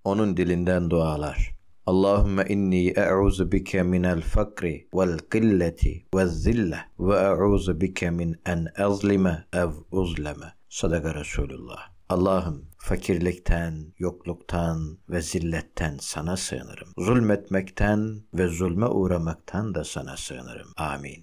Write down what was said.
onun dilinden dualar. Allahümme inni e'uzu bike minel fakri vel qilleti vel zille ve e'uzu bike min en ezlime ev uzleme. Sadaka Resulullah. Allah'ım fakirlikten, yokluktan ve zilletten sana sığınırım. Zulmetmekten ve zulme uğramaktan da sana sığınırım. Amin.